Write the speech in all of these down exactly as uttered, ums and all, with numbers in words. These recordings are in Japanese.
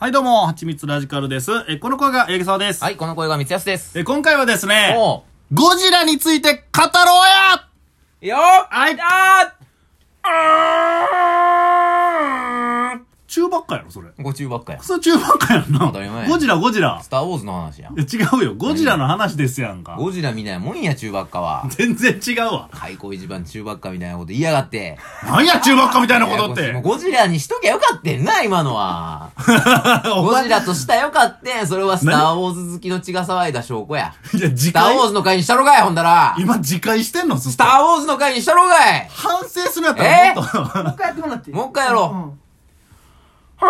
はいどうも、はちみつラジカルです。え、この声が八木沢です。 はい、この声が三安です。 え、今回はですね、 おゴジラについて語ろうやいいよーはい。 あー中ばっかやろ、それ。 ーご中ばっかや。 それ中ばっかやんな。 当たり前やゴジラ、ゴジラ。 スターウォーズの話やん。 いや違うよ、ゴジラの話ですやんか。 ゴジラみたいなもんや、中ばっかは。 全然違うわ。 開口一番中ばっかみたいなこと言いやがって。 なんや中ばっかみたいなことっもうて。 ゴジラにしときゃよかってんな、今のは。ゴジラとしたらよかってん。それはスターウォーズ好きの血が騒いだ証拠や。 いや、次スターウォー回、 ズの会にしたろかい、ほんだら。 今次回してんのススターウォーズの会にしたろかい。 反省するやったらもっと。 もう一回やってもらっていい？ もう一回やろう。 うんえ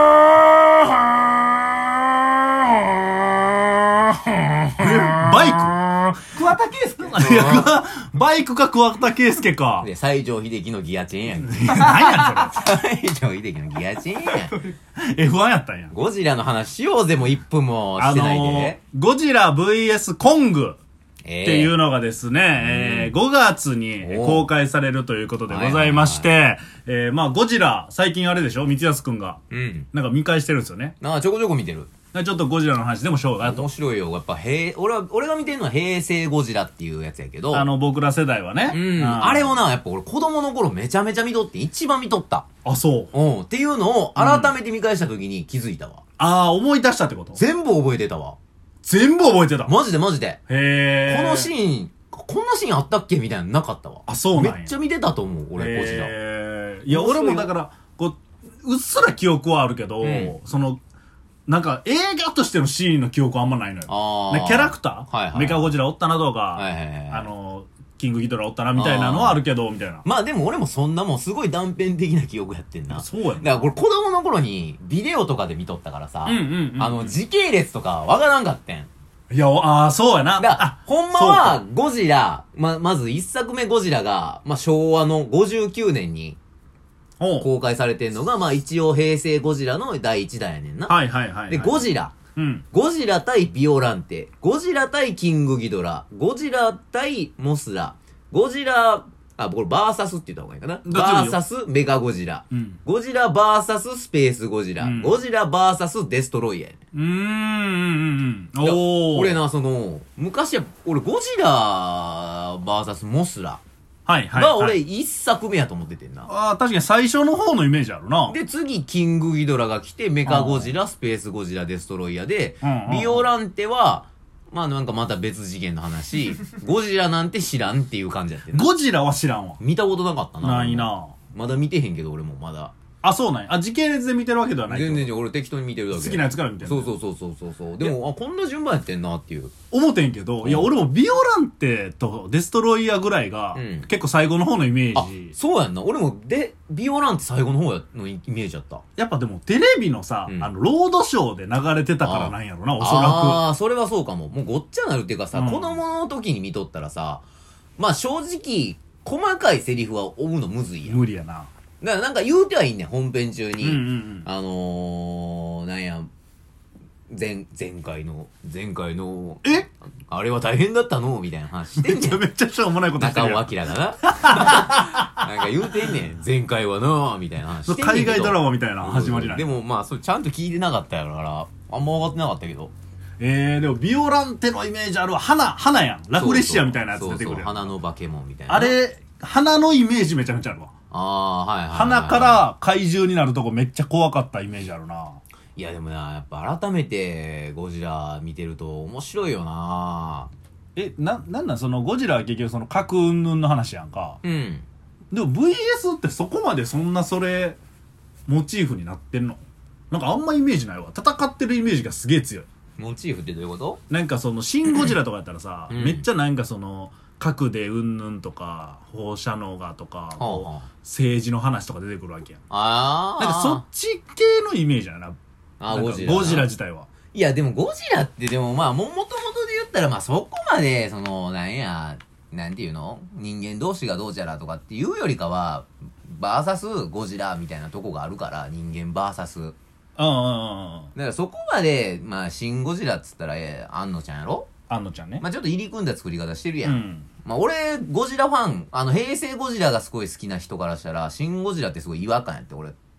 バイク桑田佳祐いや、バイクか桑田佳祐か。 で、西城秀樹のギアチェーンやん。 何や西城秀樹のギアチェーンやん。 それ。エフワン やったんや。 ゴジラの話しようぜ、もういっぷんもあしてないのーで。、 ゴジラ ブイエス コングえっていうのがですね、えーごがつに公開されるということでございまして、えーまあゴジラ、最近あれでしょ三安くんが。 うん。 なんか見返してるんですよね。 なんかちょこちょこ見てる。 ちょっとゴジラの話でもしようかと面。白いよ。やっぱ、へ俺は、俺が見てるのは平成ゴジラっていうやつやけど。 あの、僕ら世代はね。 うん。あれをな、やっぱ俺子供の頃めちゃめちゃ見とって一番見とった。 あ、そう。 うん。っていうのを改めて見返した時に気づいたわ。 ああ、思い出したってこと全部覚えてたわ。 全部覚えてた。 マジでマジで。 へー。 このシーン、こんなシーンあったっけみたいなのなかったわ。 あ、そうなんや。 めっちゃ見てたと思う、俺、ゴジラ。 へーいや、 面白いよ俺もだから、こう、うっすら記憶はあるけど、 うんその、なんか映画としてのシーンの記憶はあんまないのよ。 あーねキャラクター、 はいはいメカゴジラおったなとか、 はいはいはいあの、キングギドラおったなみたいなのはあるけど、みたいな。 まあでも俺もそんなもんすごい断片的な記憶やってんな。 そうやねだからこれ子供の頃にビデオとかで見とったからさ、 うんうんうんうんあの時系列とかわからんかってん。 いや、ああ、そうやな。 だからあ、 ほんまはゴジラ、ま、まず一作目ゴジラが、まあ昭和のごじゅうきゅうねんにおう公開されてんのが、まあ一応平成ゴジラのだいいちだんやねんな。 はいはいはいはい。 で、ゴジラ。 うん。 ゴジラ対ビオランテ、ゴジラ対キングギドラ、ゴジラ対モスラ、ゴジラ、あ、これバーサスって言った方がいいかな。 どっちもいいよバーサスメガゴジラ。 うん。 ゴジラバーサススペースゴジラ。 うんゴジラバーサスデストロイヤーやねうーん、うん、うん。 いやおー。 俺な、その、昔は、俺ゴジラバーサスモスラはいはい。 が俺はい、 一作目やと思っててんな。 ああ、確かに最初の方のイメージあるな。 で、次、キングギドラが来て、メカゴジラ、スペースゴジラ、デストロイヤーでうんうん、 ビオランテは、まあなんかまた別次元の話、ゴジラなんて知らんっていう感じやってんな。 ゴジラは知らんわ。 見たことなかったな。 ないな。 まだ見てへんけど、俺もまだ。 あ、そうなんや。あ、時系列で見てるわけではないってこと。 全然俺適当に見てるだけ。 好きなやつから見てるそうそうそうそうそうそう。でも、あ、こんな順番やってんなっていう。 思ってんけど、いや、 うん俺もビオランテとデストロイヤーぐらいが、 うん結構最後の方のイメあージ。、 そうやんな。俺も、で、ビオランって最後の方やのイメージやった。 やっぱでもテレビのさ、 うんあの、ロードショーで流れてたからなんやろな、おそらああ、それはそうかも。もうごっちゃなるっていうかさ、 うん子供の時に見とったらさ、まあ正直、細かいセリフは追うのむずいく。 やん。 無理やな。 だからなんか言うてはいいねん、本編中に。 うんうんうん。 あのー、なんや、前、前回の、前回の、 えあれは大変だったのみたいな話してめちゃんねん。 めちゃしょうもないことして中尾るやん。 明がな。なんか言うてんねん。前回はなみたいな話してんねんけど。 海外ドラマみたいな始まりなんやでもまあ、それちゃんと聞いてなかったやろから、あんま分かってなかったけど。 えー、でもビオランテのイメージあるわ。花、花やん。ラフレシアみたいなやつ出てくるそうそうやん。 花の化け物みたいな。 あれ、花のイメージめちゃめちゃあるわ。 ああー、はいはいはい。 花か。ら怪獣になるとこめっちゃ怖かったイメージあるな。 いやでもな、やっぱ改めてゴジラ見てると面白いよな。 え、な、なんなんそのゴジラは結局その核云々の話やんか。 うん。 でも ブイエス ってそこまでそんなそれ、モチーフになってんの？なんかあんまイメージないわ。戦ってるイメージがすげえ強い。 モチーフってどういうこと？ なんかその、シン・ゴジラとかやったらさ、 うんめっちゃなんかその、核でうんぬんとか、放射能がとか、 はあこうはあ政治の話とか出てくるわけやん。 ああ。 なんかそっち系のイメージやな。 あーなんかゴジラなゴジラ自体は。 いやでもゴジラってでもまあも、もともとで言ったらまあそこまで、その、なんや、なんていうの人間同士がどうじゃらとかっていうよりかは、バーサスゴジラみたいなとこがあるから、人間バーサス。 うんうんうんうん。 だからそこまで、まあ、シン・ゴジラっつったら、えー、あんのちゃんやろ？ あんのちゃんね。 まあ、ちょっと入り組んだ作り方してるや。 うんん。 まあ、俺、ゴジラファン、あの、平成ゴジラがすごい好きな人からしたら、シン・ゴジラってすごい違和感やって、俺。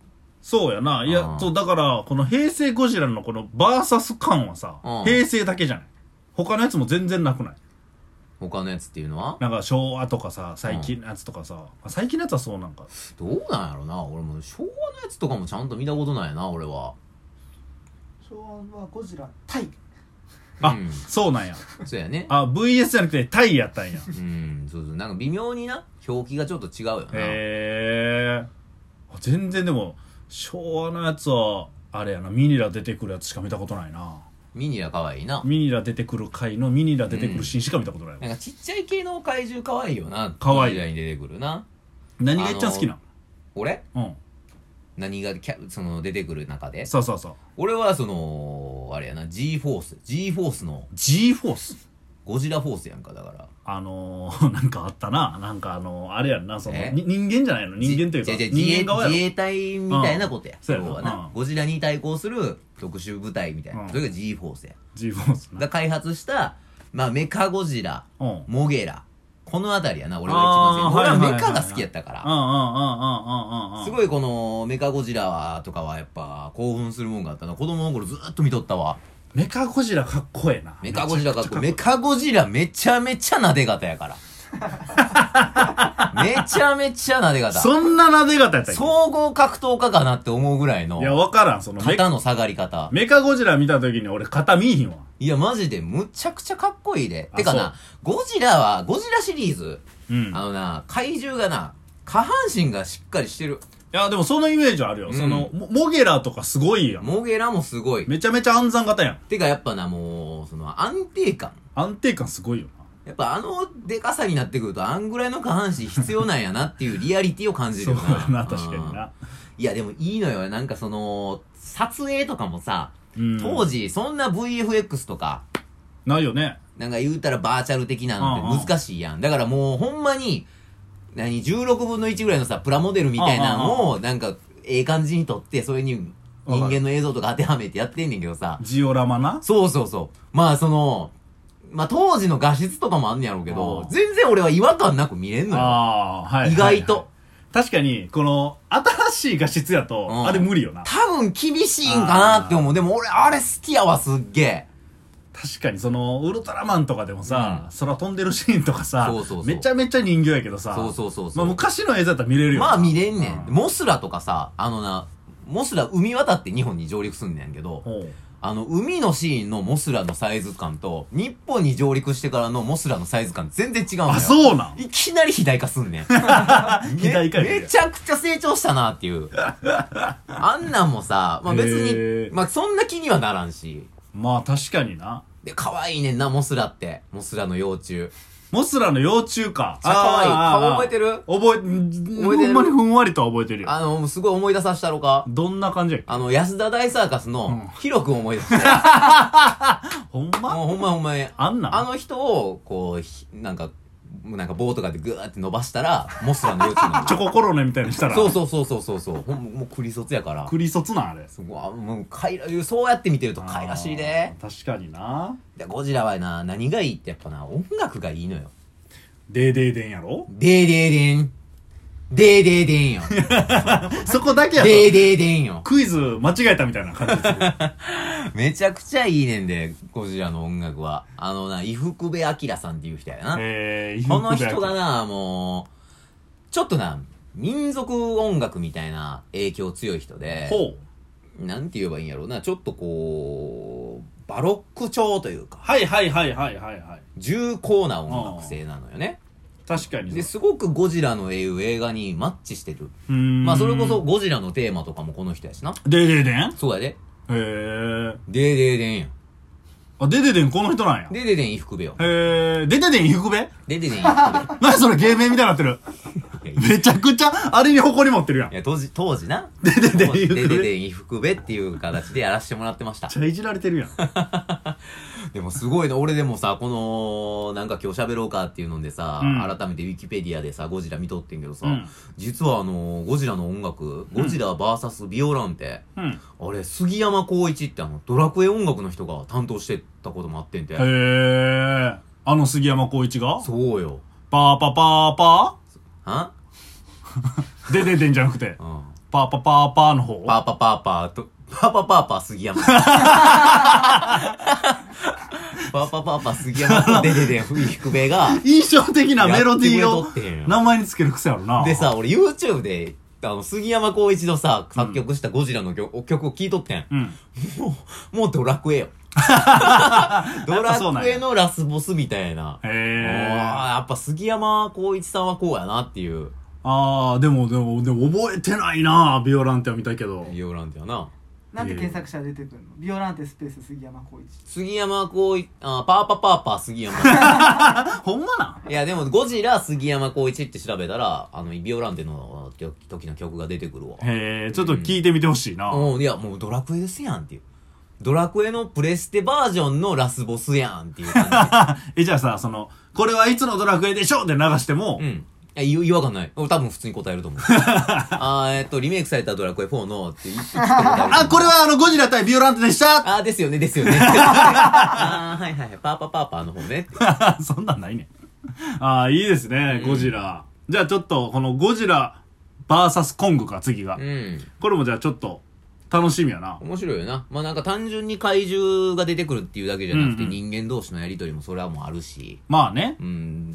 そうやな。いや、そう、だから、この平成ゴジラのこのバーサス感はさ、平成だけじゃない。他のやつも全然なくない？ 他のやつっていうのはなんか昭和とかさ、最近のやつとかさ、うん、最近のやつはそうなんか。 どうなんやろな。俺も昭和のやつとかもちゃんと見たことないな、俺は。 昭和はゴジラ対。 あ、うん、そうなんや。 そうやね。 あ、ブイエス じゃなくてタイやったんや。 うん、そうそう。なんか微妙にな、表記がちょっと違うよな。 へー。全然でも、昭和のやつは、あれやな、ミニラ出てくるやつしか見たことないな。 ミニラ可愛いな。 ミニラ出てくる回のミニラ出てくるシーンしか見たことない。 うん、なんかちっちゃい系の怪獣可愛いよな。 可愛い。 ミニラに出てくるな。 何が一番好きなの？ 俺？ うん。 何がキャその出てくる中で？ そうそうそう。 俺はそのあれやな、G フォース G フォースの G フォースゴジラフォースやんか。だからあのー、なんかあったな。なんかあのー、あれやんな、その人間じゃないの、人間というか人間側やろ。自衛隊みたいなことや。 そうやな、うん、ゴジラに対抗する特殊部隊みたいな、うん、それが G フォースや。 G フォースが開発したまあメカゴジラ、うん、モゲラ、このあたりやな、俺が一番好き。俺はメカが好きやったから。すごいこのメカゴジラとかはやっぱ興奮するもんがあったな。子供の頃ずーっと見とったわ。 メカゴジラかっこええな。 メカゴジラかっこええ。メカゴジラめちゃめちゃ撫で方やから。めちゃめちゃ撫で方。 そんな撫で方やったっけ？ 総合格闘家かなって思うぐらいの。 いや、わからん、その。 肩の下がり方。 メカゴジラ見た時に俺肩見えひんわ。 いや、マジでむちゃくちゃかっこいいで。てかな、ゴジラは、ゴジラシリーズ、うん、あのな、怪獣がな、下半身がしっかりしてる。 いや、でもそのイメージあるよ。うん、その、モゲラとかすごいやん。 モゲラもすごい。 めちゃめちゃ暗算型やん。 てかやっぱな、もう、その、安定感。 安定感すごいよな。 やっぱあのデカさになってくると、あんぐらいの下半身必要なんやなっていうリアリティを感じるよな。 そうだな、確かにな。 いや、でもいいのよ。なんかその、撮影とかもさ、うん、当時、そんな ブイエフエックス とか、 ないよね。 なんか言うたらバーチャル的なのって難しいやん。だからもうほんまに、何、じゅうろくぶんのいちぐらいのさ、プラモデルみたいなのを、なんか、ええ感じに撮って、それに人間の映像とか当てはめてやってんねんけどさ。 ジオラマな？ そうそうそう。まあその、まあ当時の画質とかもあんねやろうけど、全然俺は違和感なく見れんのよ。あはい。意外と。はいはい、 確かに、この、新しい画質やと、うん、あれ無理よな。 多分厳しいんかなって思う。でも俺、あれ好きやわ、すっげえ。 確かにそのウルトラマンとかでもさ、うん、空飛んでるシーンとかさ、そうそうそうめちゃめちゃ人形やけどさ、そうそうそうそう、まあ、昔の映像だったら見れるよ。 まあ見れんねん、うん、モスラとかさ、あのな、モスラ海渡って日本に上陸すんねんけど、あの海のシーンのモスラのサイズ感と日本に上陸してからのモスラのサイズ感全然違うんだよ。 あ、そうなん？ いきなり肥大化すんねん。 肥大化めちゃくちゃ成長したなっていう。あんなんもさ、まあ別に、まあそんな気にはならんし。 まあ確かにな。 で、可愛いねんな、モスラって。モスラの幼虫。 モスラの幼虫か。 あ、可愛い。顔覚えてる？ 覚え、覚えてる。ほんまにふんわりとは覚えてるよ。 あの、すごい思い出させたろか。 どんな感じやっけ？ あの、安田大サーカスの、ヒロ君思い出して。 ほんま？ もうほんまほんまに。 あんなあの人を、こう、なんか、なんか棒とかでグーって伸ばしたら、モスラの幼虫なの。 チョココロネみたいにしたら。 そうそうそうそうそうそう。ほんもうクリソツやから。 クリソツなんあれ。 すごい、もうかいら、そうやって見てるとかいらしいで。 確かにな。 で、ゴジラはな、何がいいってやっぱな、音楽がいいのよ。 デーデーデンやろ？ デーデーデン。デーデーデンよ。 そこだけやろ。 デーデーデンよ。 クイズ間違えたみたいな感じでする。 めちゃくちゃいいねんで、ゴジラの音楽は。あのな、伊福部明さんっていう人やな。 えー、 この人がな、もう、ちょっとな、民族音楽みたいな影響強い人で、ほう。なんて言えばいいんやろうな、ちょっとこう、バロック調というか。 はいはいはいはいはいはい。 重厚な音楽性なのよね。 確かに。 で、すごくゴジラのいう映画にマッチしてる。うん。まあ、それこそゴジラのテーマとかもこの人やしな。 デーデーデン？ そうやで。 へー。 デーデーデンや。 あ、デデデンこの人なんや。 デデデン伊福部よ。 へー。デデデン伊福部？ デデデン伊福部。 何それ芸名みたいになってる。めちゃくちゃ、あれに誇り持ってるやん。 いや、当時、当時な。 デデデン伊福部。 デデデン伊福部っていう形でやらせてもらってました。 めっちゃいじられてるやん。 でもすごいな、俺でもさ、この、なんか今日喋ろうかっていうのでさ、うん、改めてウィキペディアでさ、ゴジラ見とってんけどさ、うん、実はあの、ゴジラの音楽、ゴジラ ブイエス ビオランテ、うん、あれ、杉山浩一ってあの、ドラクエ音楽の人が担当してたこともあってんて。へー。あの杉山浩一が？ そうよ。 パーパパーパーはデデデンじゃなくて。うん。パパーパーパーパーの方パーパーパーパーと、パーパーパーパー杉山。パーパーパーパー杉山とデデデ福部が、 印象的なメロディーをやってくれとってんよ名前につける癖あるな。 でさ、俺 YouTube で、あの、杉山浩一のさ、作曲したゴジラの曲,、曲を聴いとってん。 うん。 もう、もうドラクエよ。ドラクエのラスボスみたいな。 へえ。 やっぱ杉山浩一さんはこうやなっていう。 あー、でも、でも、でも覚えてないなビオランテは見たけど。 ビオランテはな。 なんて検索者出てくるの？ビオランテスペース杉山浩一。 杉山浩一、あ、パーパーパーパー杉山。 ほんまなんいや、でも、ゴジラ杉山浩一って調べたら、あの、ビオランテの時の曲が出てくるわ。 へえ、ちょっと聞いてみてほしいな。 うん、いや、もうドラクエですやんっていう。ドラクエのプレステバージョンのラスボスやんっていう感え、じゃあさ、その、これはいつのドラクエでしょって流しても、 じ。うん。いや、言違和感ない。俺多分普通に答えると思う。あー、えっと、リメイクされたドラクエフォーのって言って答えると思う。 あ、これはあの、ゴジラ対ビオランテでしたあー、ですよね、ですよね。あー、はいはい。パーパーパーパーの方ね。 そんなんないね。ああ、いいですね、ゴジラ。じゃあちょっと、このゴジラ、バーサスコングか、次が。 うん。 これもじゃあちょっと、楽しみやな。 面白いよな。まあなんか単純に怪獣が出てくるっていうだけじゃなくて、 うんうん人間同士のやりとりもそれはもうあるし、 まあね。 うん、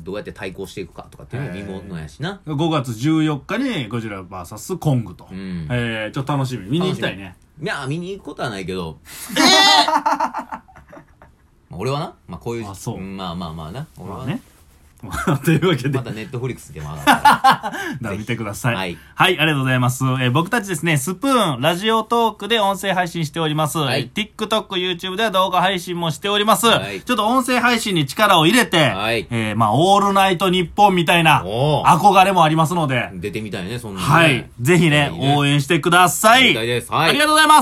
どうやって対抗していくかとかっていうのも見ものやしな。 ごがつじゅうよっかにゴジラ ブイエス コングと。 うんえー、ちょっと楽しみ。見に行きたいね。 いや、見に行くことはないけど。えぇまあ俺はな、まあこういう、 あそうんまあまあまあな。俺はまあね。というわけでま、たネットフリックスでも上がったから。 見てください。 はいはい、ありがとうございます。えー僕たちですね、スプーン、ラジオトークで音声配信しております。 はいえー TikTok、YouTube では動画配信もしております。 はいちょっと音声配信に力を入れて、 はいえーまあ、オールナイトニッポンみたいなおー憧れもありますので、 出てみたいね、そんな、ね。 はい、ぜひね、 いいね応援してください。 了解ですはいありがとうございます。